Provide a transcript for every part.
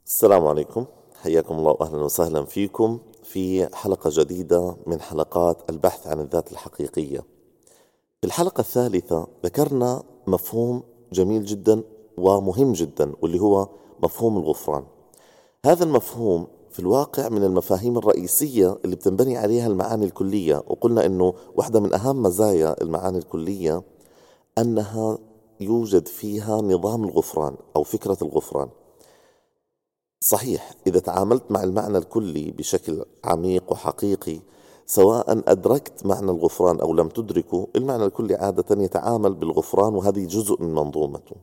السلام عليكم. حياكم الله وأهلا وسهلا فيكم في حلقة جديدة من حلقات البحث عن الذات الحقيقية. في الحلقة الثالثة ذكرنا مفهوم جميل جدا ومهم جدا، واللي هو مفهوم الغفران. هذا المفهوم في الواقع من المفاهيم الرئيسية اللي بتنبني عليها المعاني الكلية، وقلنا أنه واحدة من أهم مزايا المعاني الكلية أنها يوجد فيها نظام الغفران أو فكرة الغفران. صحيح، إذا تعاملت مع المعنى الكلي بشكل عميق وحقيقي، سواء أدركت معنى الغفران أو لم تدركه، المعنى الكلي عادة يتعامل بالغفران، وهذه جزء من منظومته.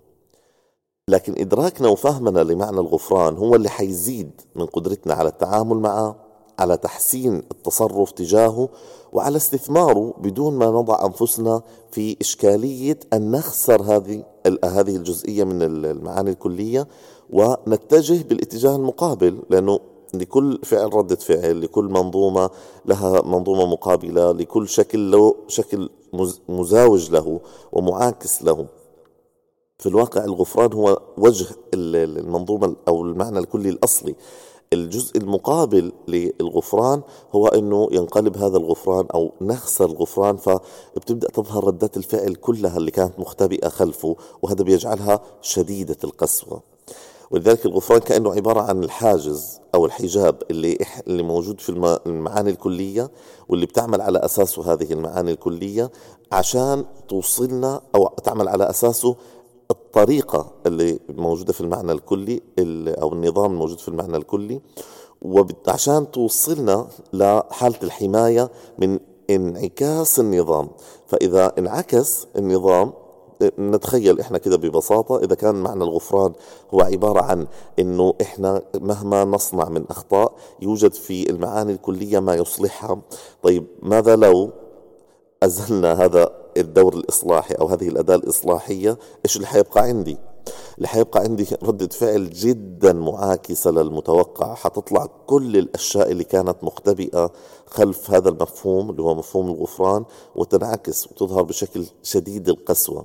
لكن إدراكنا وفهمنا لمعنى الغفران هو اللي حيزيد من قدرتنا على التعامل معه، على تحسين التصرف تجاهه، وعلى استثماره بدون ما نضع أنفسنا في إشكالية أن نخسر هذه الجزئية من المعاني الكلية، ونتجه بالاتجاه المقابل، لأنه لكل فعل ردة فعل، لكل منظومة لها منظومة مقابلة، لكل شكل له شكل مزاوج له ومعاكس له. في الواقع الغفران هو وجه المنظومة أو المعنى الكلي الأصلي. الجزء المقابل للغفران هو أنه ينقلب هذا الغفران أو نخسر الغفران، فبتبدأ تظهر ردات الفعل كلها اللي كانت مختبئة خلفه، وهذا بيجعلها شديدة القسوة. ولذلك الغفران كأنه عبارة عن الحاجز أو الحجاب اللي موجود في المعاني الكلية، واللي بتعمل على أساسه هذه المعاني الكلية عشان توصلنا، أو تعمل على أساسه الطريقة اللي موجودة في المعنى الكلي أو النظام الموجود في المعنى الكلي، وعشان توصلنا لحالة الحماية من انعكاس النظام. فإذا انعكس النظام، نتخيل احنا كده ببساطة، اذا كان معنى الغفران هو عبارة عن انه احنا مهما نصنع من اخطاء يوجد في المعاني الكلية ما يصلحها. طيب ماذا لو ازلنا هذا الدور الاصلاحي او هذه الاداة الاصلاحية؟ ايش اللي حيبقى عندي؟ اللي حيبقى عندي ردة فعل جدا معاكسة للمتوقع، حتطلع كل الاشياء اللي كانت مختبئة خلف هذا المفهوم اللي هو مفهوم الغفران، وتنعكس وتظهر بشكل شديد القسوة،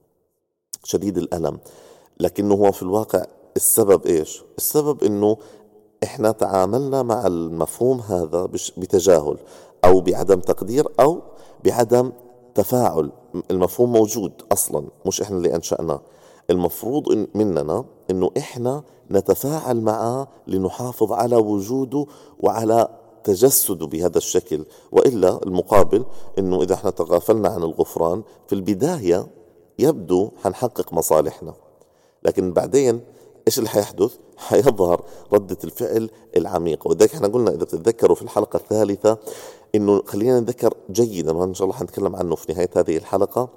شديد الألم. لكنه هو في الواقع السبب إيش؟ السبب إنه إحنا تعاملنا مع المفهوم هذا بتجاهل أو بعدم تقدير أو بعدم تفاعل. المفهوم موجود أصلا، مش إحنا اللي أنشأناه. المفروض مننا إنه إحنا نتفاعل معه لنحافظ على وجوده وعلى تجسده بهذا الشكل. وإلا المقابل إنه إذا إحنا تغافلنا عن الغفران في البداية يبدو حنحقق مصالحنا، لكن بعدين ايش اللي حيحدث؟ حيظهر ردة الفعل العميقة. وذلك احنا قلنا، اذا بتتذكروا في الحلقة الثالثة، انه خلينا نتذكر جيدا، وان شاء الله حنتكلم عنه في نهاية هذه الحلقة،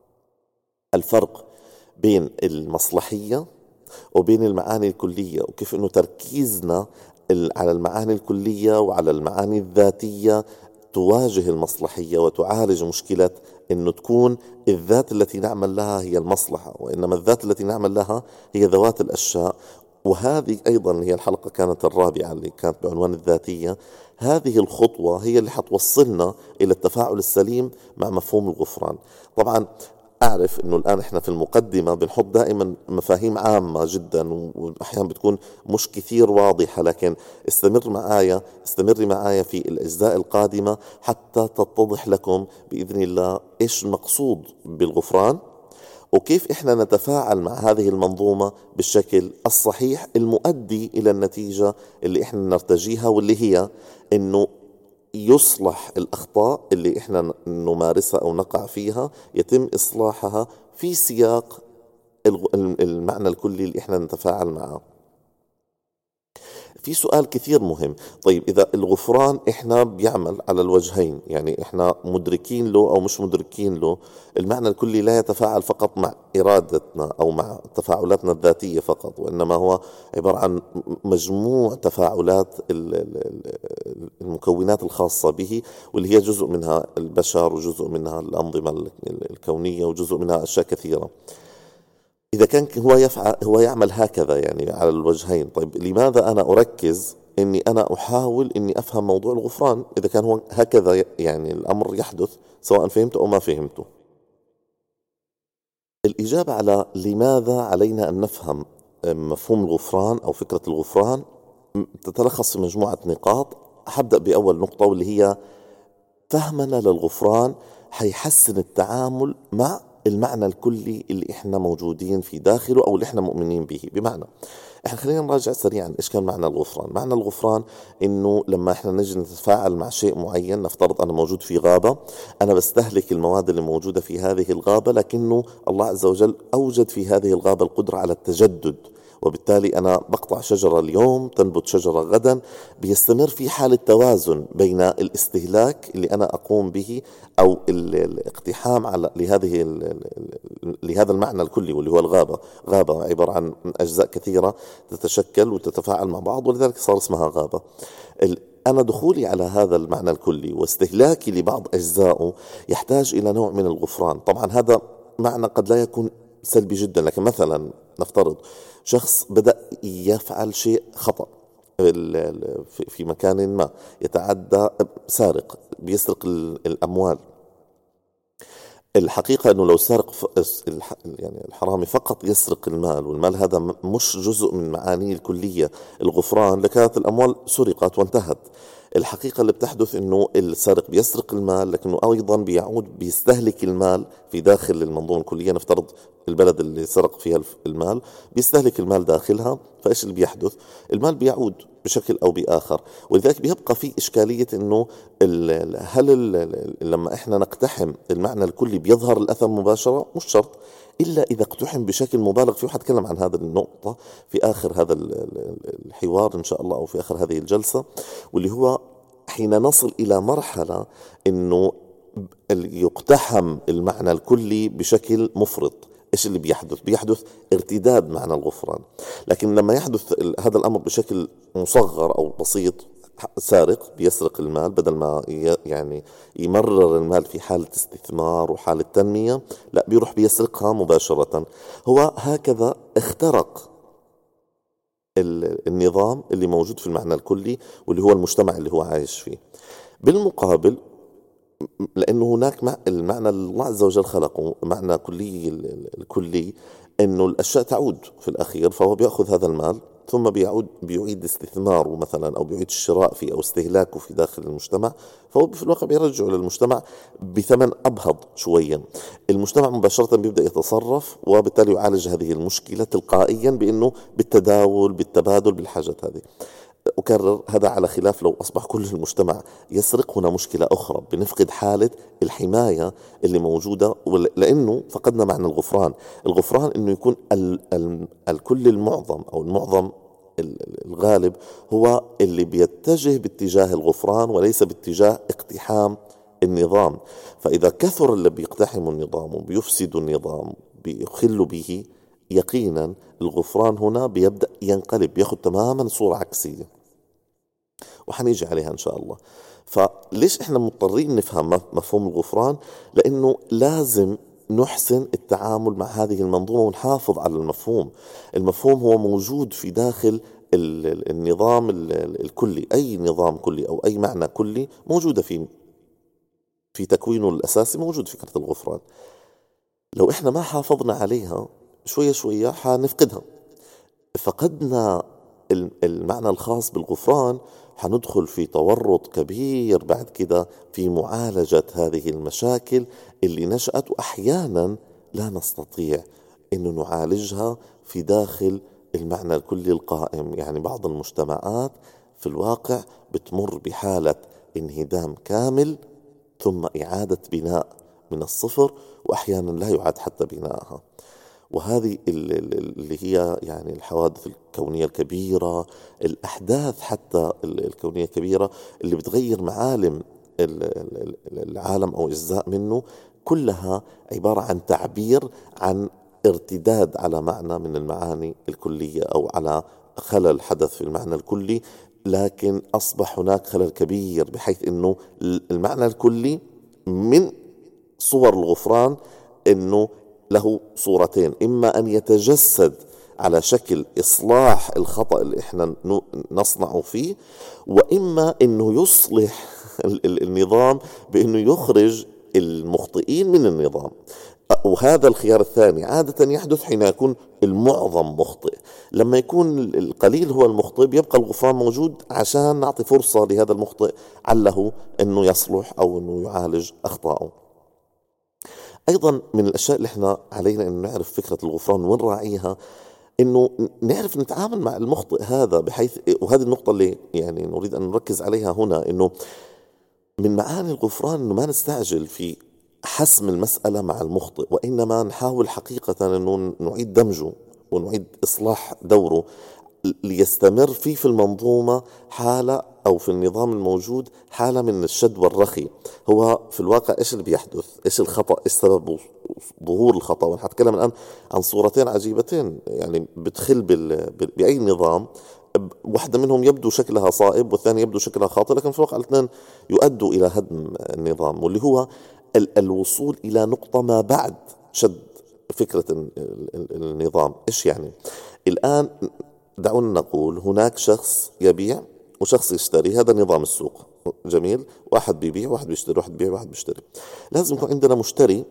الفرق بين المصلحية وبين المعاني الكلية، وكيف انه تركيزنا على المعاني الكلية وعلى المعاني الذاتية تواجه المصلحية وتعالج مشكلة انه تكون الذات التي نعمل لها هي المصلحة، وانما الذات التي نعمل لها هي ذوات الاشياء. وهذه ايضا هي الحلقة كانت الرابعة اللي كانت بعنوان الذاتية. هذه الخطوة هي اللي حتوصلنا الى التفاعل السليم مع مفهوم الغفران. طبعا أعرف أنه الآن إحنا في المقدمة بنحط دائما مفاهيم عامة جدا، وأحيانا بتكون مش كثير واضحة، لكن استمري معايا في الأجزاء القادمة حتى تتضح لكم بإذن الله إيش المقصود بالغفران، وكيف إحنا نتفاعل مع هذه المنظومة بالشكل الصحيح المؤدي إلى النتيجة اللي إحنا نرتجيها، واللي هي أنه يصلح الأخطاء اللي إحنا نمارسها أو نقع فيها، يتم إصلاحها في سياق المعنى الكلي اللي إحنا نتفاعل معه. في سؤال كثير مهم. طيب إذا الغفران إحنا بيعمل على الوجهين، يعني إحنا مدركين له أو مش مدركين له، المعنى الكلي لا يتفاعل فقط مع إرادتنا أو مع تفاعلاتنا الذاتية فقط، وإنما هو عبارة عن مجموع تفاعلات المكونات الخاصة به، واللي هي جزء منها البشر وجزء منها الأنظمة الكونية وجزء منها أشياء كثيرة. إذا كان هو يعمل هكذا يعني على الوجهين، طيب لماذا أنا أركز إني أنا أحاول إني أفهم موضوع الغفران إذا كان هو هكذا يعني الأمر يحدث، سواء فهمته أو ما فهمته؟ الإجابة على لماذا علينا أن نفهم مفهوم الغفران أو فكرة الغفران تتلخص في مجموعة نقاط. حبدأ بأول نقطة واللي هي فهمنا للغفران حيحسن التعامل مع المعنى الكلي اللي احنا موجودين في داخله او اللي احنا مؤمنين به. بمعنى احنا خلينا نراجع سريعا ايش كان معنى الغفران. معنى الغفران انه لما احنا نجي نتفاعل مع شيء معين، نفترض انا موجود في غابة، انا بستهلك المواد اللي موجودة في هذه الغابة، لكنه الله عز وجل اوجد في هذه الغابة القدرة على التجدد، وبالتالي أنا بقطع شجرة اليوم تنبت شجرة غدا. بيستمر في حالة توازن بين الاستهلاك اللي أنا أقوم به أو الاقتحام على لهذا المعنى الكلي واللي هو الغابة. غابة عبارة عن أجزاء كثيرة تتشكل وتتفاعل مع بعض، ولذلك صار اسمها غابة. أنا دخولي على هذا المعنى الكلي واستهلاكي لبعض أجزائه يحتاج إلى نوع من الغفران. طبعا هذا معنى قد لا يكون سلبي جدا، لكن مثلا نفترض شخص بدأ يفعل شيء خطأ في مكان ما، يتعدى، سارق، بيسرق الأموال. الحقيقة أنه لو سرق يعني الحرامي فقط يسرق المال، والمال هذا مش جزء من معانيه الكلية الغفران، لكانت الأموال سرقت وانتهت. الحقيقة اللي بتحدث أنه السارق بيسرق المال، لكنه أيضا بيعود بيستهلك المال في داخل المنظومة الكلية. نفترض البلد اللي سرق فيها المال بيستهلك المال داخلها، فإيش اللي بيحدث؟ المال بيعود بشكل أو بآخر. ولذلك بيبقى في إشكالية أنه لما إحنا نقتحم المعنى الكلي بيظهر الأثر مباشرة؟ مش شرط، إلا إذا اقتحم بشكل مبالغ فيه. وحتكلم عن هذا النقطة في آخر هذا الحوار إن شاء الله، أو في آخر هذه الجلسة، واللي هو حين نصل إلى مرحلة أنه يقتحم المعنى الكلي بشكل مفرط. إيش اللي بيحدث؟ بيحدث ارتداد معنى الغفران. لكن لما يحدث هذا الأمر بشكل مصغر أو بسيط، سارق بيسرق المال، بدل ما يعني يمرر المال في حالة استثمار وحالة تنمية، لا، بيروح بيسرقها مباشرة. هو هكذا اخترق النظام اللي موجود في المعنى الكلي، واللي هو المجتمع اللي هو عايش فيه. بالمقابل، لأنه هناك المعنى الله عز وجل خلقه معنى كلي، الكلي أنه الأشياء تعود في الأخير، فهو بيأخذ هذا المال ثم بيعيد استثماره مثلا، أو بيعيد الشراء فيه أو استهلاكه في داخل المجتمع، فهو في الواقع بيرجعه للمجتمع بثمن أبهض شويا. المجتمع مباشرة بيبدأ يتصرف، وبالتالي يعالج هذه المشكلة تلقائيا بأنه بالتداول، بالتبادل، بالحاجات هذه. أكرر، هذا على خلاف لو أصبح كل المجتمع يسرق، هنا مشكلة أخرى، بنفقد حالة الحماية اللي موجودة، لأنه فقدنا معنى الغفران. الغفران أنه يكون الكل المعظم أو المعظم الغالب هو اللي بيتجه باتجاه الغفران وليس باتجاه اقتحام النظام. فإذا كثر اللي بيقتحموا النظام وبيفسدوا النظام بيخلوا به، يقينا الغفران هنا بيبدأ ينقلب، بياخد تماما صورة عكسية، وحنيجي عليها إن شاء الله. فليش إحنا مضطرين نفهم مفهوم الغفران؟ لأنه لازم نحسن التعامل مع هذه المنظومة ونحافظ على المفهوم. المفهوم هو موجود في داخل النظام الكلي. أي نظام كلي أو أي معنى كلي موجودة في تكوينه الأساسي، موجود فكرة الغفران. لو إحنا ما حافظنا عليها شوية شوية حنفقدها. فقدنا المعنى الخاص بالغفران، حندخل في تورط كبير بعد كده في معالجة هذه المشاكل اللي نشأت، وأحيانا لا نستطيع أن نعالجها في داخل المعنى الكلي القائم. يعني بعض المجتمعات في الواقع بتمر بحالة انهدام كامل، ثم إعادة بناء من الصفر، وأحيانا لا يعاد حتى بناءها. وهذه اللي هي يعني الحوادث الكونية الكبيرة، الأحداث حتى الكونية الكبيرة اللي بتغير معالم العالم أو أجزاء منه، كلها عبارة عن تعبير عن ارتداد على معنى من المعاني الكلية، أو على خلل حدث في المعنى الكلي. لكن أصبح هناك خلل كبير، بحيث أنه المعنى الكلي من صور الغفران أنه له صورتين: إما أن يتجسد على شكل إصلاح الخطأ اللي إحنا نصنعه فيه، وإما أنه يصلح النظام بأنه يخرج المخطئين من النظام. وهذا الخيار الثاني عادة يحدث حين يكون المعظم مخطئ. لما يكون القليل هو المخطئ بيبقى الغفران موجود عشان نعطي فرصة لهذا المخطئ عله أنه يصلح أو أنه يعالج أخطائه. أيضا من الأشياء اللي احنا علينا أن نعرف فكرة الغفران ونراعيها، أنه نعرف نتعامل مع المخطئ هذا بحيث، وهذه النقطة اللي يعني نريد أن نركز عليها هنا، أنه من معاني الغفران أنه ما نستعجل في حسم المسألة مع المخطئ، وإنما نحاول حقيقة أنه نعيد دمجه ونعيد إصلاح دوره ليستمر في المنظومة حالة، أو في النظام الموجود حالة من الشد والرخي. هو في الواقع إيش اللي بيحدث؟ إيش الخطأ؟ إيش سبب ظهور الخطأ؟ ونحن نتكلم الآن عن صورتين عجيبتين يعني بتخل بأي نظام. واحدة منهم يبدو شكلها صائب والثانية يبدو شكلها خاطئ، لكن في الواقع الاثنين يؤدوا إلى هدم النظام، واللي هو الوصول إلى نقطة ما بعد شد فكرة النظام. إيش يعني؟ الآن دعونا نقول هناك شخص يبيع وشخص يشتري، هذا نظام السوق. جميل، واحد بيبيع واحد بيشتري، واحد بيبيع واحد بيشتري. لازم يكون عندنا مشتري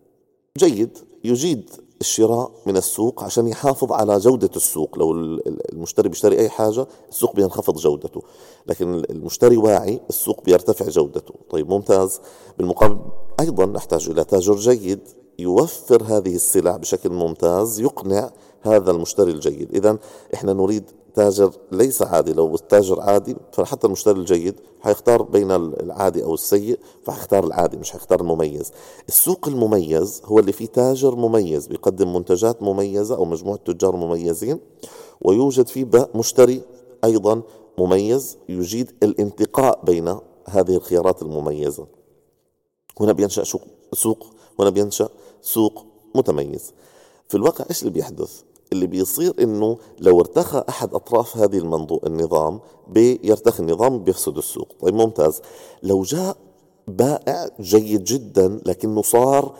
جيد يجيد الشراء من السوق عشان يحافظ على جودة السوق. لو المشتري بيشتري أي حاجة السوق بينخفض جودته، لكن المشتري واعي السوق بيرتفع جودته. طيب ممتاز. بالمقابل أيضا نحتاج إلى تاجر جيد يوفر هذه السلع بشكل ممتاز يقنع هذا المشتري الجيد. إذن إحنا نريد تاجر ليس عادي. لو التاجر عادي فحتى المشتري الجيد حيختار بين العادي أو السيء، فحيختار العادي مش حيختار المميز. السوق المميز هو اللي فيه تاجر مميز بيقدم منتجات مميزة أو مجموعة تجار مميزين، ويوجد فيه مشتري أيضا مميز يجيد الانتقاء بين هذه الخيارات المميزة. هنا بينشأ سوق، هنا بينشأ سوق متميز. في الواقع إيش اللي بيحدث؟ اللي بيصير إنه لو ارتخى أحد أطراف هذه النظام بيرتخي النظام بيفسد السوق. طيب ممتاز. لو جاء بائع جيد جدا لكنه صار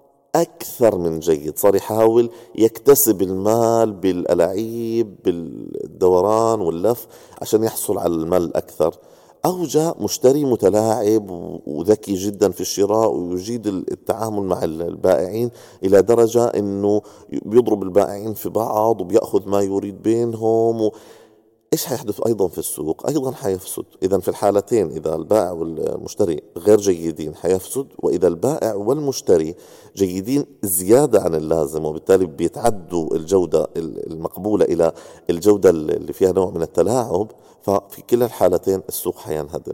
أكثر من جيد، صار يحاول يكتسب المال بالألاعيب بالدوران واللف عشان يحصل على المال الأكثر، أو جاء مشتري متلاعب وذكي جدا في الشراء ويجيد التعامل مع البائعين إلى درجة أنه بيضرب البائعين في بعض وبيأخذ ما يريد بينهم إيش حيحدث أيضا في السوق؟ أيضا حيفسد. إذا في الحالتين إذا البائع والمشتري غير جيدين حيفسد، وإذا البائع والمشتري جيدين زيادة عن اللازم وبالتالي بيتعدوا الجودة المقبولة إلى الجودة اللي فيها نوع من التلاعب، ففي كلا الحالتين السوق حينهدم.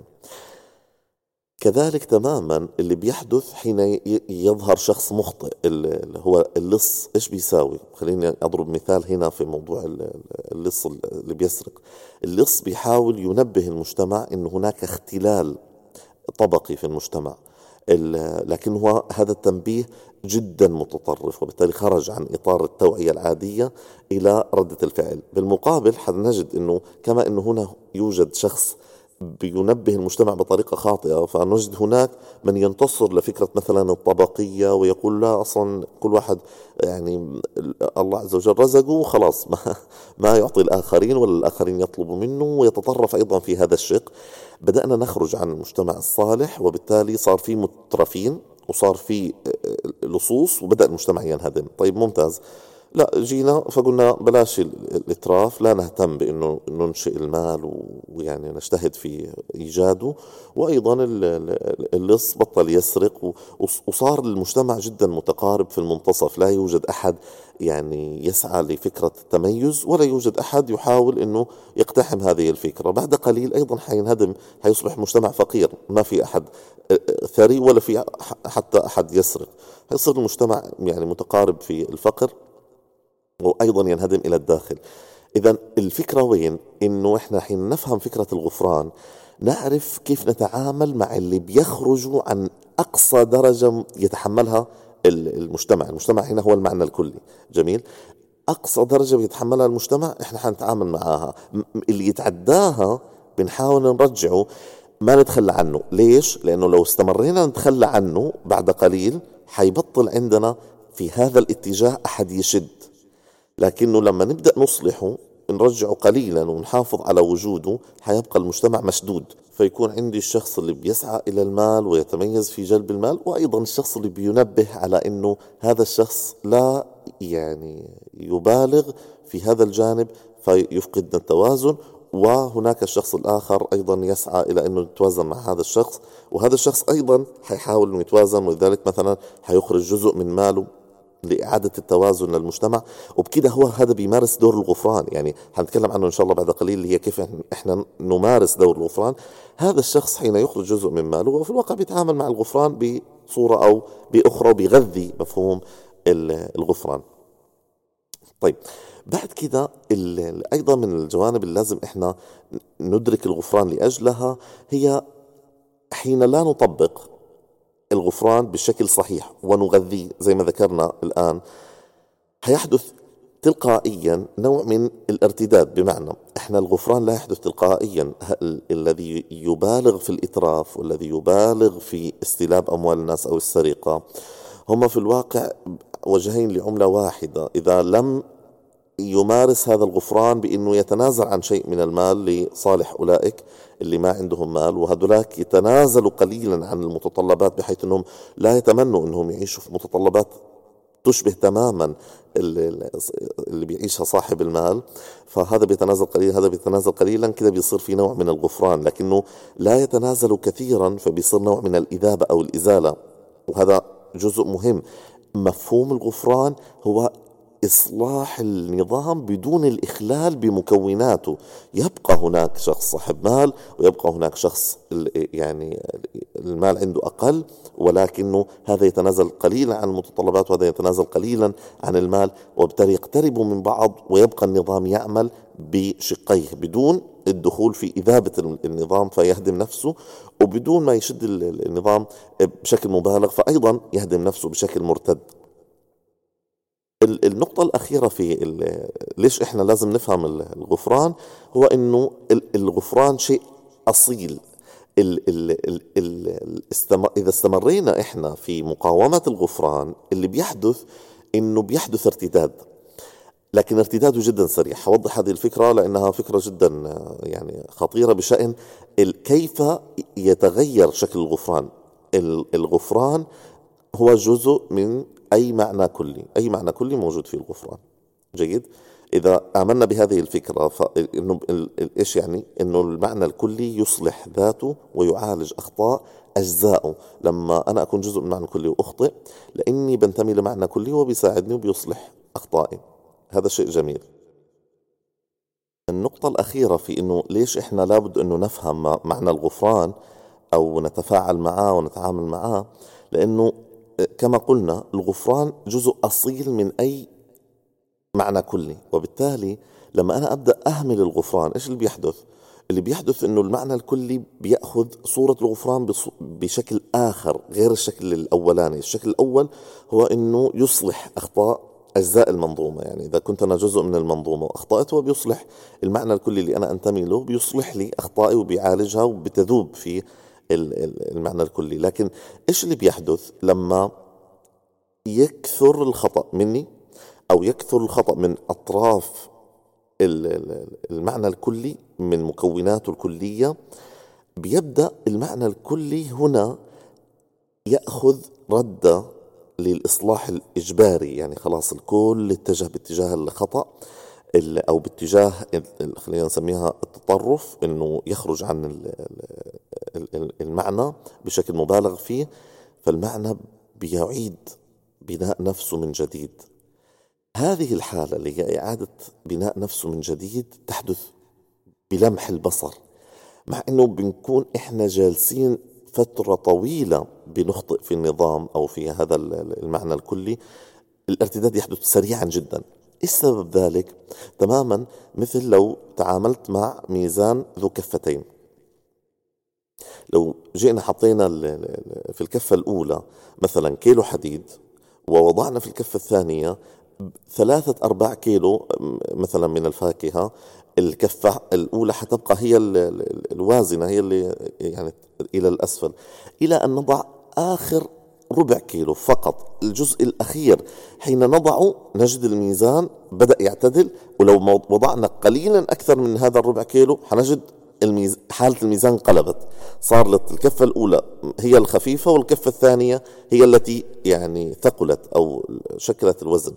كذلك تماما اللي بيحدث حين يظهر شخص مخطئ اللي هو اللص. ايش بيساوي؟ خليني اضرب مثال هنا في موضوع اللص اللي بيسرق. اللص بيحاول ينبه المجتمع انه هناك اختلال طبقي في المجتمع، لكن هو هذا التنبيه جدا متطرف وبالتالي خرج عن إطار التوعية العادية إلى ردة الفعل. بالمقابل حنجد أنه كما أنه هنا يوجد شخص بينبه المجتمع بطريقة خاطئة، فنجد هناك من ينتصر لفكرة مثلا الطبقية ويقول لا أصلا كل واحد يعني الله عز وجل رزقه وخلاص ما يعطي الآخرين ولا الآخرين يطلبوا منه، ويتطرف أيضا في هذا الشق. بدأنا نخرج عن المجتمع الصالح وبالتالي صار في مترفين وصار في لصوص وبدأ المجتمع ينهدم. طيب ممتاز. لا جينا فقلنا بلاش الإتراف، لا نهتم بأنه ننشئ المال ويعني نجتهد في إيجاده، وأيضا اللص بطل يسرق، وصار المجتمع جدا متقارب في المنتصف. لا يوجد أحد يعني يسعى لفكرة التميز ولا يوجد أحد يحاول أنه يقتحم هذه الفكرة. بعد قليل أيضا حينهدم، حيصبح مجتمع فقير، ما في أحد ثري ولا في حتى أحد يسرق، حيصير المجتمع يعني متقارب في الفقر وأيضا ينهدم إلى الداخل. إذا الفكرة وين؟ إنه إحنا حين نفهم فكرة الغفران نعرف كيف نتعامل مع اللي بيخرجوا عن أقصى درجة يتحملها المجتمع هنا هو المعنى الكلي. جميل. أقصى درجة بيتحملها المجتمع إحنا حنتعامل معاها، اللي يتعداها بنحاول نرجعه، ما نتخلى عنه. ليش؟ لأنه لو استمرينا نتخلى عنه بعد قليل حيبطل عندنا في هذا الاتجاه أحد يشد، لكنه لما نبدأ نصلحه نرجعه قليلا ونحافظ على وجوده حيبقى المجتمع مشدود فيكون عندي الشخص اللي بيسعى إلى المال ويتميز في جلب المال، وأيضا الشخص اللي بينبه على أنه هذا الشخص لا يبالغ في هذا الجانب فيفقد التوازن. وهناك الشخص الآخر أيضا يسعى إلى أنه يتوازن مع هذا الشخص، وهذا الشخص أيضا حيحاول أنه يتوازن، ولذلك مثلا حيخرج جزء من ماله لإعادة التوازن للمجتمع. وبكده هذا بيمارس دور الغفران، يعني حنتكلم عنه إن شاء الله بعد قليل، اللي هي كيف إحنا نمارس دور الغفران. هذا الشخص حين يخرج جزء من ماله وفي الواقع بيتعامل مع الغفران بصورة أو بأخرى، وبيغذي مفهوم الغفران. طيب، بعد كده أيضا من الجوانب اللي لازم إحنا ندرك الغفران لأجلها هي حين لا نطبق الغفران بشكل صحيح ونغذيه زي ما ذكرنا الآن، هيحدث تلقائيا نوع من الارتداد. بمعنى احنا الغفران لا يحدث تلقائيا. الذي يبالغ في الإتراف والذي يبالغ في استلاب أموال الناس أو السرقة هم في الواقع وجهين لعملة واحدة. إذا لم يمارس هذا الغفران بأنه يتنازل عن شيء من المال لصالح أولئك اللي ما عندهم مال، وهذولاك يتنازلوا قليلا عن المتطلبات بحيث أنهم لا يتمنوا أنهم يعيشوا في متطلبات تشبه تماما اللي بيعيشها صاحب المال، فهذا بيتنازل قليلا هذا بيتنازل قليلا، كده بيصير في نوع من الغفران. لكنه لا يتنازل كثيرا فبيصير نوع من الإذابة أو الإزالة، وهذا جزء مهم. مفهوم الغفران هو إصلاح النظام بدون الإخلال بمكوناته. يبقى هناك شخص صاحب مال ويبقى هناك شخص يعني المال عنده أقل، ولكنه هذا يتنازل قليلا عن المتطلبات وهذا يتنازل قليلا عن المال، وبالتالي يقتربوا من بعض ويبقى النظام يعمل بشقيه بدون الدخول في إذابة النظام فيهدم نفسه، وبدون ما يشد النظام بشكل مبالغ فأيضا يهدم نفسه بشكل مرتد. النقطة الأخيرة في ليش إحنا لازم نفهم الغفران هو إنه الغفران شيء أصيل. إذا استمرينا إحنا في مقاومة الغفران اللي بيحدث إنه بيحدث ارتداد، لكن ارتداده جدا سريع. حوضح هذه الفكرة لأنها فكرة جدا يعني خطيرة بشأن كيف يتغير شكل الغفران. الغفران هو جزء من أي معنى كلي، أي معنى كلي موجود في الغفران. جيد. إذا آمنا بهذه الفكرة فإنه إيش يعني؟ إنه المعنى الكلي يصلح ذاته ويعالج أخطاء أجزاؤه. لما أنا أكون جزء من المعنى الكلي وأخطئ لأني بنتمي لمعنى كلي وبيساعدني وبيصلح أخطائي، هذا شيء جميل. النقطة الأخيرة في إنه ليش إحنا لابد إنه نفهم معنى الغفران أو نتفاعل معه ونتعامل معه، لأنه كما قلنا الغفران جزء أصيل من أي معنى كلي، وبالتالي لما أنا أبدأ أهمل الغفران إيش اللي بيحدث؟ اللي بيحدث إنه المعنى الكلي بيأخذ صورة الغفران بشكل آخر غير الشكل الأولاني. الشكل الأول هو إنه يصلح أخطاء أجزاء المنظومة، يعني إذا كنت أنا جزء من المنظومة وأخطأت هو بيصلح المعنى الكلي اللي أنا أنتمي له، بيصلح لي أخطائي وبيعالجها وبتذوب في المعنى الكلي. لكن إيش اللي بيحدث لما يكثر الخطأ مني أو يكثر الخطأ من أطراف المعنى الكلي من مكوناته الكلية؟ بيبدأ المعنى الكلي هنا يأخذ ردة للإصلاح الإجباري، يعني خلاص الكل اتجه باتجاه الخطأ أو باتجاه خلينا نسميها التطرف، إنه يخرج عن المعنى بشكل مبالغ فيه، فالمعنى بيعيد بناء نفسه من جديد. هذه الحالة اللي هي إعادة بناء نفسه من جديد تحدث بلمح البصر، مع إنه بنكون إحنا جالسين فترة طويلة بنخطئ في النظام أو في هذا المعنى الكلي. الارتداد يحدث سريعا جدا. إيش سبب ذلك؟ تماما مثل لو تعاملت مع ميزان ذو كفتين. لو جئنا حطينا في الكفة الأولى مثلا كيلو حديد، ووضعنا في الكفة الثانية 3/4 كيلو مثلا من الفاكهة، الكفة الأولى حتبقى هي الوازنة، هي اللي يعني إلى الأسفل، إلى أن نضع آخر ربع كيلو فقط، الجزء الأخير. حين نضعه نجد الميزان بدأ يعتدل، ولو وضعنا قليلا أكثر من هذا الربع كيلو حنجد حالة الميزان قلبت، صار الكفة الأولى هي الخفيفة والكفة الثانية هي التي يعني ثقلت أو شكلت الوزن.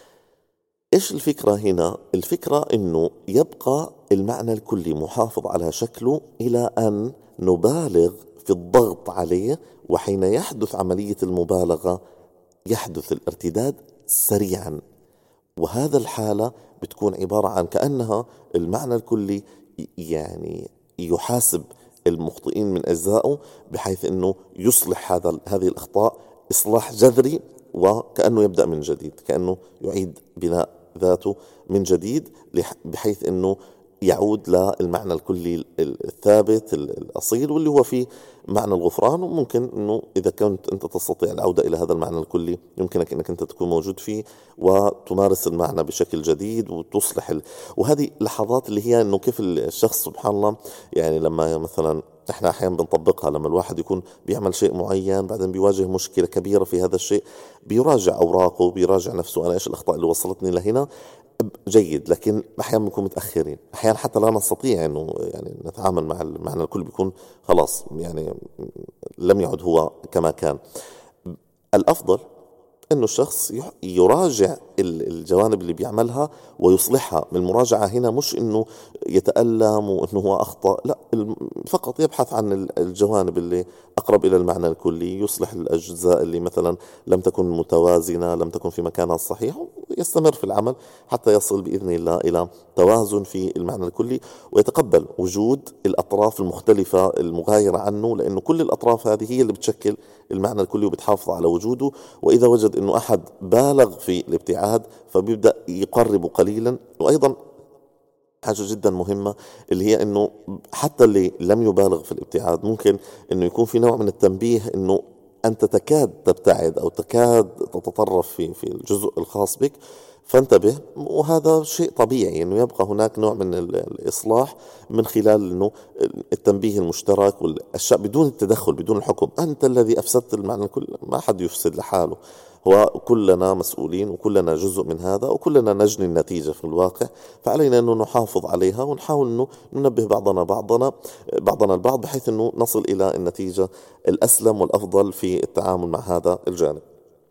إيش الفكرة هنا؟ الفكرة إنه يبقى المعنى الكلي محافظ على شكله إلى أن نبالغ في الضغط عليه، وحين يحدث عملية المبالغة يحدث الارتداد سريعا، وهذا الحالة بتكون عبارة عن كأنها المعنى الكلي يعني يحاسب المخطئين من أجزائه، بحيث أنه يصلح هذه الأخطاء إصلاح جذري، وكأنه يبدأ من جديد، كأنه يعيد بناء ذاته من جديد، بحيث أنه يعود للمعنى الكلي الثابت الأصيل، واللي هو فيه معنى الغفران. وممكن أنه إذا كنت أنت تستطيع العودة إلى هذا المعنى الكلي يمكنك أنك أنت تكون موجود فيه وتمارس المعنى بشكل جديد وتصلح وهذه لحظات اللي هي أنه كيف الشخص سبحان الله، يعني لما مثلا احنا احيانا بنطبقها، لما الواحد يكون بيعمل شيء معين بعدين بيواجه مشكلة كبيرة في هذا الشيء، بيراجع اوراقه، بيراجع نفسه، انا ايش الاخطاء اللي وصلتني لهنا. جيد، لكن احيانا بنكون متاخرين، احيانا حتى لا نستطيع انه يعني نتعامل مع المعنى الكل، بيكون خلاص يعني لم يعد هو كما كان. الافضل انه الشخص يراجع الجوانب اللي بيعملها ويصلحها. من المراجعة هنا مش انه يتألم وانه هو اخطأ، لا، فقط يبحث عن الجوانب اللي اقرب الى المعنى الكلي، يصلح الاجزاء اللي مثلا لم تكن متوازنة، لم تكن في مكانها الصحيح، ويستمر في العمل حتى يصل بإذن الله الى توازن في المعنى الكلي، ويتقبل وجود الاطراف المختلفة المغايرة عنه، لانه كل الاطراف هذه هي اللي بتشكل المعنى الكلي وبتحافظ على وجوده. وإذا وجد أنه أحد بالغ في الابتعاد فبيبدأ يقرب قليلا. وأيضا حاجة جدا مهمة اللي هي أنه حتى اللي لم يبالغ في الابتعاد ممكن أنه يكون في نوع من التنبيه أنه أنت تكاد تبتعد أو تكاد تتطرف في الجزء الخاص بك، فانتبه. وهذا شيء طبيعي أنه يبقى هناك نوع من الإصلاح من خلال أنه التنبيه المشترك والأشياء بدون التدخل بدون الحكم. أنت الذي أفسدت المعنى الكل، ما حد يفسد لحاله، هو كلنا مسؤولين وكلنا جزء من هذا وكلنا نجني النتيجة في الواقع. فعلينا أنه نحافظ عليها ونحاول أنه ننبه بعضنا البعض بحيث أنه نصل إلى النتيجة الأسلم والأفضل في التعامل مع هذا الجانب.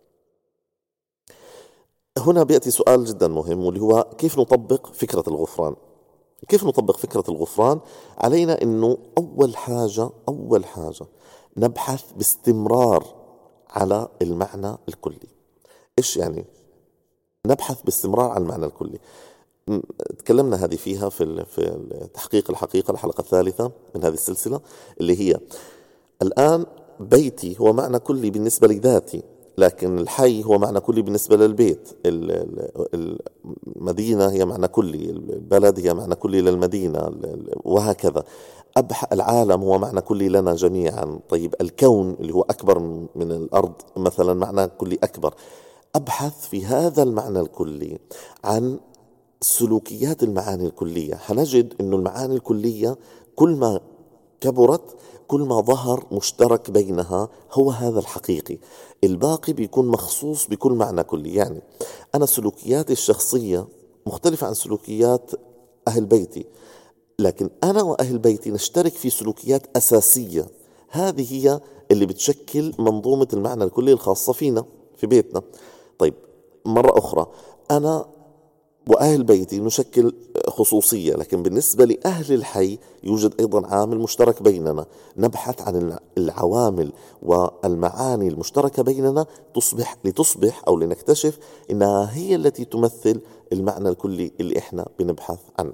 هنا بيأتي سؤال جدا مهم، واللي هو كيف نطبق فكرة الغفران؟ كيف نطبق فكرة الغفران؟ علينا أنه أول حاجة نبحث باستمرار على المعنى الكلي. إيش يعني نبحث باستمرار عن المعنى الكلي؟ تكلمنا هذه فيها في تحقيق الحقيقة، الحلقة الثالثة من هذه السلسلة، اللي هي الآن بيتي هو معنى كلي بالنسبة لذاتي، لكن الحي هو معنى كلي بالنسبة للبيت، المدينة هي معنى كلي، البلد هي معنى كلي للمدينة، وهكذا. العالم هو معنى كلي لنا جميعا. طيب الكون اللي هو أكبر من الأرض مثلا معنى كلي أكبر. أبحث في هذا المعنى الكلي عن سلوكيات المعاني الكلية. حنجد أنه المعاني الكلية كل ما كبرت كل ما ظهر مشترك بينها هو هذا الحقيقي، الباقي بيكون مخصوص بكل معنى كلي. يعني أنا سلوكياتي الشخصية مختلفة عن سلوكيات أهل بيتي، لكن أنا وأهل بيتي نشترك في سلوكيات أساسية، هذه هي اللي بتشكل منظومة المعنى الكلي الخاصة فينا في بيتنا. طيب مرة أخرى، أنا وأهل بيتي نشكل خصوصية، لكن بالنسبة لأهل الحي يوجد أيضا عامل مشترك بيننا. نبحث عن العوامل والمعاني المشتركة بيننا لتصبح أو لنكتشف إنها هي التي تمثل المعنى الكلي اللي إحنا بنبحث عنه.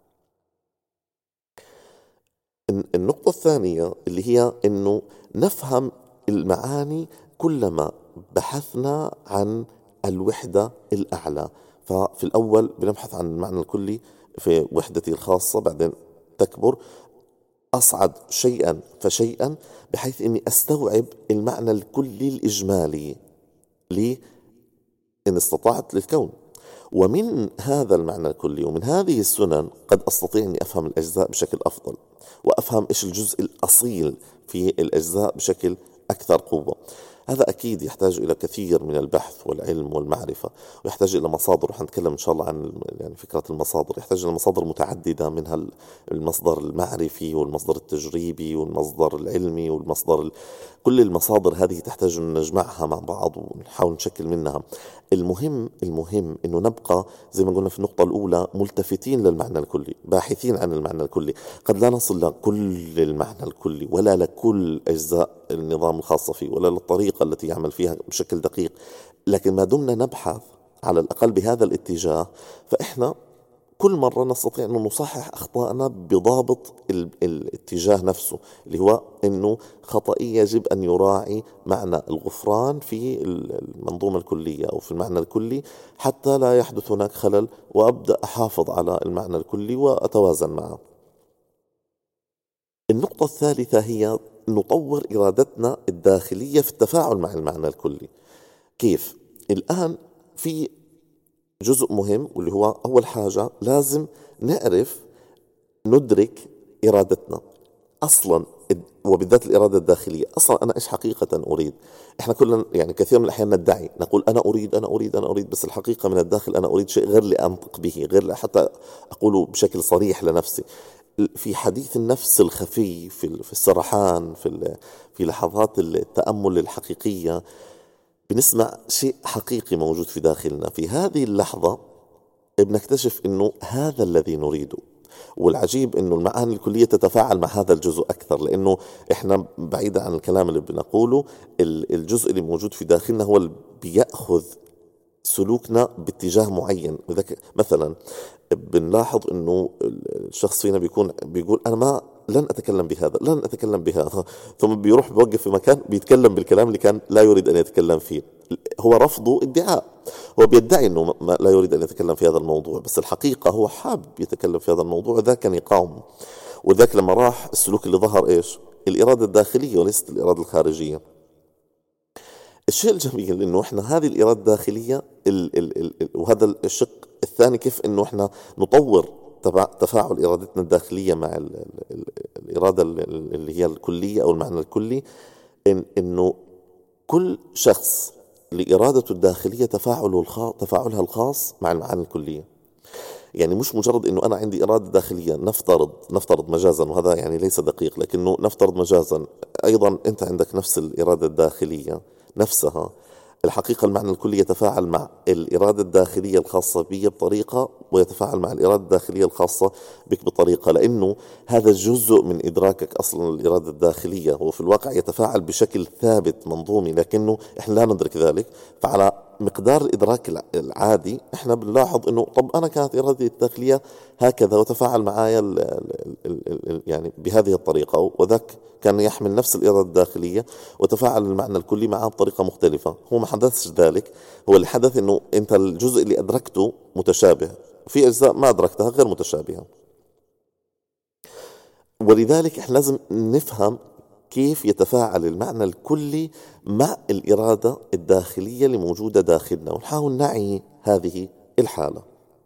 النقطة الثانية اللي هي إنه نفهم المعاني كلما بحثنا عن الوحدة الأعلى. ففي الأول بنبحث عن المعنى الكلي في وحدتي الخاصة، بعدين تكبر، أصعد شيئا فشيئا بحيث أني أستوعب المعنى الكلي الإجمالي إن استطعت للكون. ومن هذا المعنى الكلي ومن هذه السنن قد أستطيع أني أفهم الأجزاء بشكل أفضل، وأفهم إيش الجزء الأصيل في الأجزاء بشكل أكثر قوة. هذا أكيد يحتاج إلى كثير من البحث والعلم والمعرفة، ويحتاج إلى مصادر، رح نتكلم إن شاء الله عن يعني فكرة المصادر. يحتاج إلى مصادر متعددة، منها المصدر المعرفي والمصدر التجريبي والمصدر العلمي كل المصادر هذه تحتاج أن نجمعها مع بعض ونحاول نشكل منها. المهم أنه نبقى زي ما قلنا في النقطة الأولى ملتفتين للمعنى الكلي، باحثين عن المعنى الكلي. قد لا نصل لكل المعنى الكلي ولا لكل أجزاء النظام الخاصة فيه ولا للطريقة التي يعمل فيها بشكل دقيق، لكن ما دمنا نبحث على الأقل بهذا الاتجاه، فإحنا كل مرة نستطيع أن نصحح أخطائنا بضابط الاتجاه نفسه، اللي هو أنه خطئي يجب أن يراعي معنى الغفران في المنظومة الكلية أو في المعنى الكلي، حتى لا يحدث هناك خلل، وأبدأ أحافظ على المعنى الكلي وأتوازن معه. النقطة الثالثة هي نطور إرادتنا الداخلية في التفاعل مع المعنى الكلي. كيف؟ الآن في جزء مهم، واللي هو أول حاجة لازم نعرف ندرك إرادتنا أصلا، وبالذات الإرادة الداخلية. أصلا أنا إيش حقيقة أريد؟ إحنا كلنا يعني كثير من الأحيان ندعي، نقول أنا أريد أنا أريد أنا أريد، بس الحقيقة من الداخل أنا أريد شيء غير اللي أنطق به، غير حتى أقوله بشكل صريح لنفسي. في حديث النفس الخفي، في السرحان، في لحظات التأمل الحقيقية، بنسمع شيء حقيقي موجود في داخلنا. في هذه اللحظة بنكتشف انه هذا الذي نريده. والعجيب انه المعاني الكلية تتفاعل مع هذا الجزء اكثر، لانه احنا بعيدا عن الكلام اللي بنقوله، الجزء اللي موجود في داخلنا هو اللي بيأخذ سلوكنا باتجاه معين. مثلا بنلاحظ انه الشخص فينا بيقول انا ما لن اتكلم بهذا، لن اتكلم بهذا، ثم بيروح بيوقف في مكان بيتكلم بالكلام اللي كان لا يريد ان يتكلم فيه. هو رفضه ادعاء، هو بيدعي انه لا يريد ان يتكلم في هذا الموضوع، بس الحقيقة هو حاب يتكلم في هذا الموضوع، وذاك كان يقاوم. وذاك لما راح السلوك اللي ظهر ايش؟ الإرادة الداخلية وليست الإرادة الخارجية. الشيء الجميل انه احنا هذه الإرادة الداخلية وهذا الشق الثاني، كيف انه احنا نطور تفاعل إرادتنا الداخلية مع الإرادة اللي هي الكلية أو المعنى الكلي. إنه كل شخص لإرادته الداخلية تفاعلها الخاص مع المعاني الكلية. يعني مش مجرد إنه أنا عندي إرادة داخلية، نفترض مجازا، وهذا يعني ليس دقيق، لكنه نفترض مجازا أيضا أنت عندك نفس الإرادة الداخلية نفسها. الحقيقة المعنى الكلي يتفاعل مع الإرادة الداخلية الخاصة بي بطريقة، ويتفاعل مع الإرادة الداخلية الخاصة بك بطريقة، لأنه هذا جزء من إدراكك أصلا. الإرادة الداخلية هو في الواقع يتفاعل بشكل ثابت منظومي، لكنه إحنا لا ندرك ذلك. فعلى مقدار الإدراك العادي إحنا بنلاحظ إنه طب أنا كانت إرادتي الداخلية هكذا وتفاعل معايا يعني بهذه الطريقة، وذاك كان يحمل نفس الإرادة الداخلية وتفاعل المعنى الكلي معه بطريقة مختلفة. هو ما حدثش ذلك، هو اللي حدث إنه أنت الجزء اللي أدركته متشابه، في أجزاء ما أدركتها غير متشابهة. ولذلك إحنا لازم نفهم كيف يتفاعل المعنى الكلي مع الإرادة الداخلية اللي موجودة داخلنا، ونحاول نعي هذه الحالة،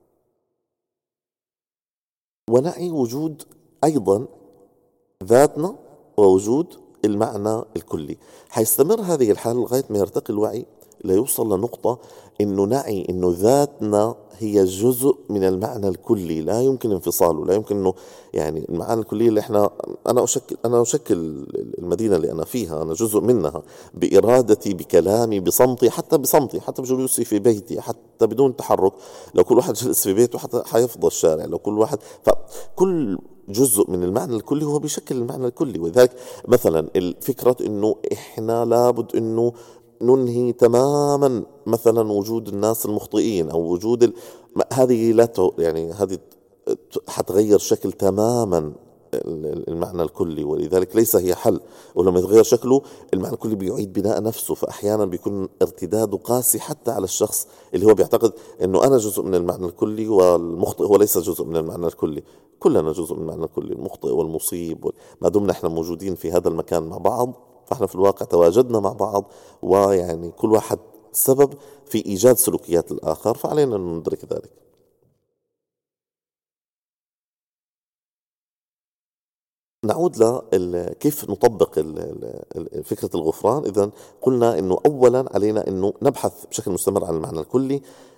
ونعي وجود أيضا ذاتنا ووجود المعنى الكلي. حيستمر هذه الحالة لغاية ما يرتقي الوعي ليوصل لنقطة إنه نعي إنه ذاتنا هي جزء من المعنى الكلي، لا يمكن انفصاله، لا يمكن إنه يعني المعاني الكلية اللي إحنا أنا أشكل المدينة اللي أنا فيها، أنا جزء منها بإرادتي، بكلامي، بصمتي، حتى بجلوسي في بيتي، حتى بدون تحرك. لو كل واحد جلس في بيته حتى حيفضى الشارع، لو كل واحد، فكل جزء من المعنى الكلي هو بيشكل المعنى الكلي. ولذلك مثلا الفكرة إنه إحنا لابد إنه ننهي تماما مثلا وجود الناس المخطئين أو وجود هذه لا يعني هذه حتغير شكل تماما المعنى الكلي، ولذلك ليس هي حل. ولما يتغير شكله المعنى الكلي بيعيد بناء نفسه، فأحيانا بيكون ارتداده قاسي حتى على الشخص اللي هو بيعتقد أنه أنا جزء من المعنى الكلي والمخطئ هو ليس جزء من المعنى الكلي. كلنا جزء من المعنى الكلي، المخطئ والمصيب، ما دمنا احنا موجودين في هذا المكان مع بعض، فاحنا في الواقع تواجدنا مع بعض، ويعني كل واحد سبب في إيجاد سلوكيات الآخر، فعلينا أن ندرك ذلك. نعود كيف نطبق فكرة الغفران. إذن قلنا أنه أولا علينا أنه نبحث بشكل مستمر عن المعنى الكلي،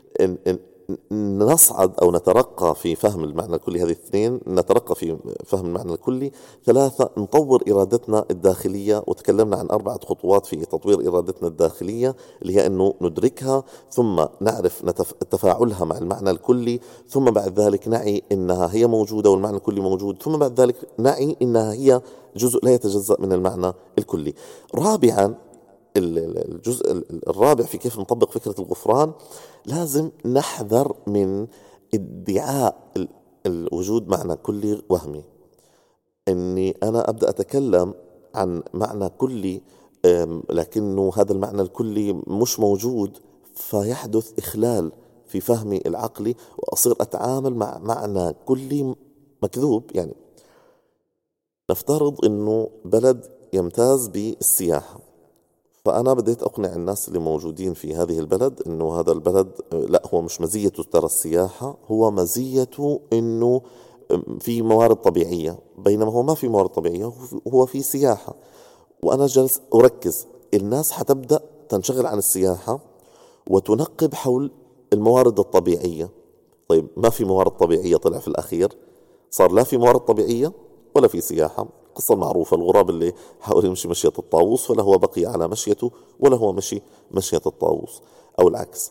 نصعد أو نترقى في فهم المعنى الكلي. هذه اثنين، نترقى في فهم المعنى الكلي. ثلاثة، نطور إرادتنا الداخلية، وتكلمنا عن 4 خطوات في تطوير إرادتنا الداخلية، اللي هي أنه ندركها، ثم نعرف تفاعلها مع المعنى الكلي، ثم بعد ذلك نعي أنها هي موجودة والمعنى الكلي موجود، ثم بعد ذلك نعي أنها هي جزء لا يتجزأ من المعنى الكلي. رابعا، الجزء الرابع في كيف نطبق فكرة الغفران، لازم نحذر من ادعاء الوجود معنى كلي وهمي. اني انا ابدا اتكلم عن معنى كلي لكنه هذا المعنى الكلي مش موجود، فيحدث اخلال في فهمي العقلي، واصير اتعامل مع معنى كلي مكذوب. يعني نفترض انه بلد يمتاز بالسياحة، فأنا بديت أقنع الناس اللي موجودين في هذه البلد إنه هذا البلد لا، هو مش مزيته ترى السياحة، هو مزيته إنه في موارد طبيعية، بينما هو ما في موارد طبيعية، هو في سياحة. وأنا جالس أركز، الناس حتبدأ تنشغل عن السياحة وتنقب حول الموارد الطبيعية. طيب ما في موارد طبيعية، طلع في الأخير صار لا في موارد طبيعية ولا في سياحة. القصة المعروفة، الغراب اللي حاول يمشي مشية الطاووس، فلا هو بقي على مشيته ولا هو مشي مشية الطاووس، أو العكس.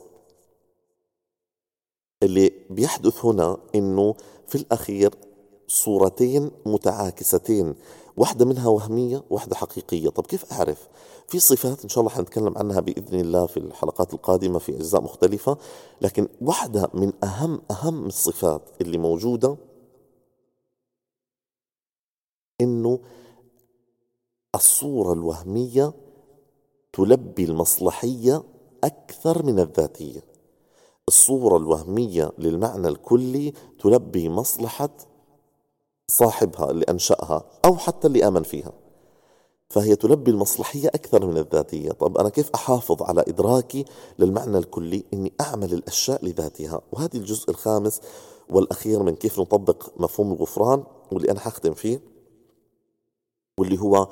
اللي بيحدث هنا إنه في الأخير صورتين متعاكستين، واحدة منها وهمية واحدة حقيقية. طب كيف أعرف؟ في صفات إن شاء الله حنتكلم عنها بإذن الله في الحلقات القادمة في أجزاء مختلفة، لكن واحدة من أهم الصفات اللي موجودة إنه الصورة الوهمية تلبي المصلحية أكثر من الذاتية. الصورة الوهمية للمعنى الكلي تلبي مصلحة صاحبها اللي أنشأها أو حتى اللي آمن فيها، فهي تلبي المصلحية أكثر من الذاتية. طب أنا كيف أحافظ على إدراكي للمعنى الكلي؟ إني أعمل الأشياء لذاتها. وهذه الجزء الخامس والأخير من كيف نطبق مفهوم الغفران، واللي أنا حختم فيه، واللي هو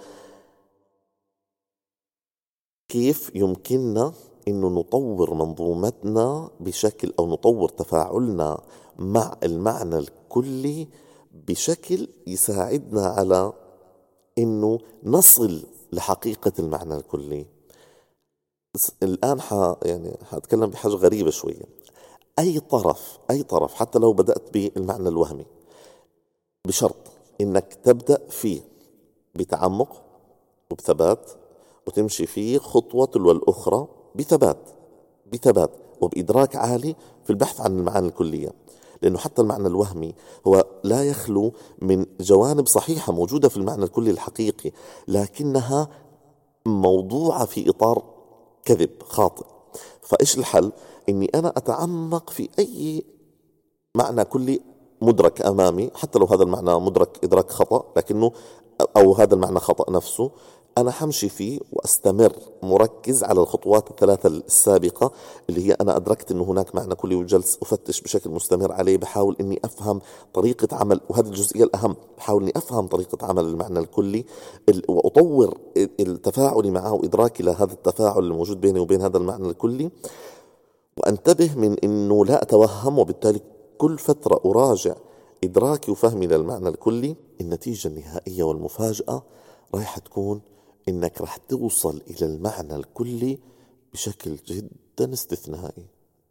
كيف يمكننا إنه نطور منظومتنا بشكل، أو نطور تفاعلنا مع المعنى الكلي بشكل يساعدنا على إنه نصل لحقيقة المعنى الكلي. الآن يعني حأتكلم بحاجة غريبة شوية. أي طرف حتى لو بدأت بالمعنى الوهمي، بشرط إنك تبدأ فيه بتعمق وبثبات، وتمشي فيه خطوة تلو الأخرى بثبات وبإدراك عالي في البحث عن المعاني الكلية. لأنه حتى المعنى الوهمي هو لا يخلو من جوانب صحيحة موجودة في المعنى الكلي الحقيقي، لكنها موضوعة في إطار كذب خاطئ. فإيش الحل؟ إني أنا أتعمق في أي معنى كلي مدرك أمامي، حتى لو هذا المعنى مدرك إدراك خطأ، لكنه أو هذا المعنى خطأ نفسه، أنا حمشي فيه وأستمر مركز على الخطوات الثلاثة السابقة، اللي هي أنا أدركت أنه هناك معنى كلي وجلس أفتش بشكل مستمر عليه، بحاول أني أفهم طريقة عمل، وهذه الجزئية الأهم، بحاول أني أفهم طريقة عمل المعنى الكلي وأطور التفاعل معه وإدراكي لهذا التفاعل الموجود بيني وبين هذا المعنى الكلي، وأنتبه من أنه لا أتوهم، وبالتالي كل فترة أراجع إدراكي وفهمي للمعنى الكلي. النتيجة النهائية والمفاجأة رايحة تكون إنك راح توصل إلى المعنى الكلي بشكل جدا استثنائي،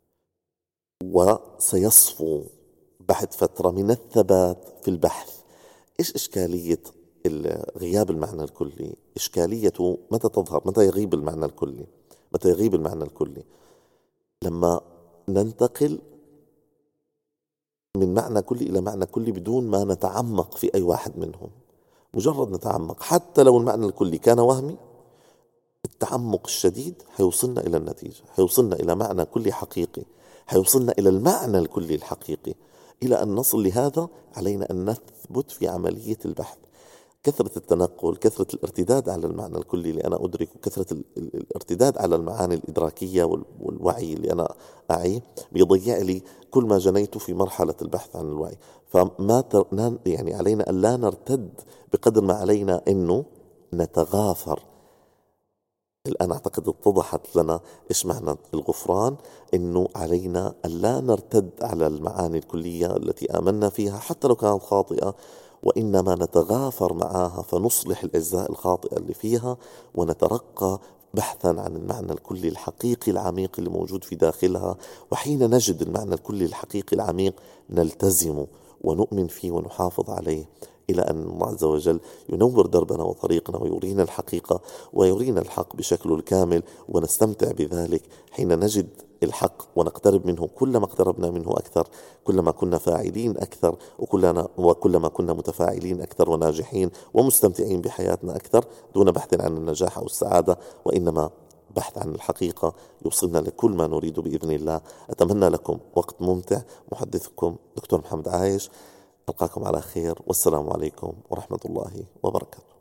وسيصفو بعد فترة من الثبات في البحث. إيش إشكالية غياب المعنى الكلي؟ إشكاليته متى تظهر؟ متى يغيب المعنى الكلي؟ متى يغيب المعنى الكلي؟ لما ننتقل من معنى كلي إلى معنى كلي بدون ما نتعمق في أي واحد منهم. مجرد نتعمق حتى لو المعنى الكلي كان وهمي، التعمق الشديد حيوصلنا إلى النتيجة، حيوصلنا إلى معنى كلي حقيقي، حيوصلنا إلى المعنى الكلي الحقيقي. إلى أن نصل لهذا علينا أن نثبت في عملية البحث. كثرة التنقل، كثرة الارتداد على المعنى الكلي اللي أنا أدرك، وكثرة الارتداد على المعاني الإدراكية والوعي اللي أنا أعيه، بيضيع لي كل ما جنيته في مرحلة البحث عن الوعي. يعني علينا أن لا نرتد بقدر ما علينا أنه نتغافر. الآن أعتقد اتضحت لنا إيش معنى الغفران، إنه علينا ألا نرتد على المعاني الكلية التي آمنا فيها حتى لو كانت خاطئة، وإنما نتغافر معها فنصلح الأجزاء الخاطئة اللي فيها، ونترقى بحثا عن المعنى الكلي الحقيقي العميق اللي موجود في داخلها. وحين نجد المعنى الكلي الحقيقي العميق نلتزمه ونؤمن فيه ونحافظ عليه، إلى أن الله عز وجل ينور دربنا وطريقنا ويرينا الحقيقة ويرينا الحق بشكله الكامل، ونستمتع بذلك حين نجد الحق ونقترب منه. كلما اقتربنا منه أكثر كلما كنا فاعلين أكثر، وكلما كنا متفاعلين أكثر وناجحين ومستمتعين بحياتنا أكثر، دون بحث عن النجاح أو السعادة، وإنما بحث عن الحقيقة يوصلنا لكل ما نريد بإذن الله. أتمنى لكم وقت ممتع. محدثكم دكتور محمد عايش، ألقاكم على خير، والسلام عليكم ورحمة الله وبركاته.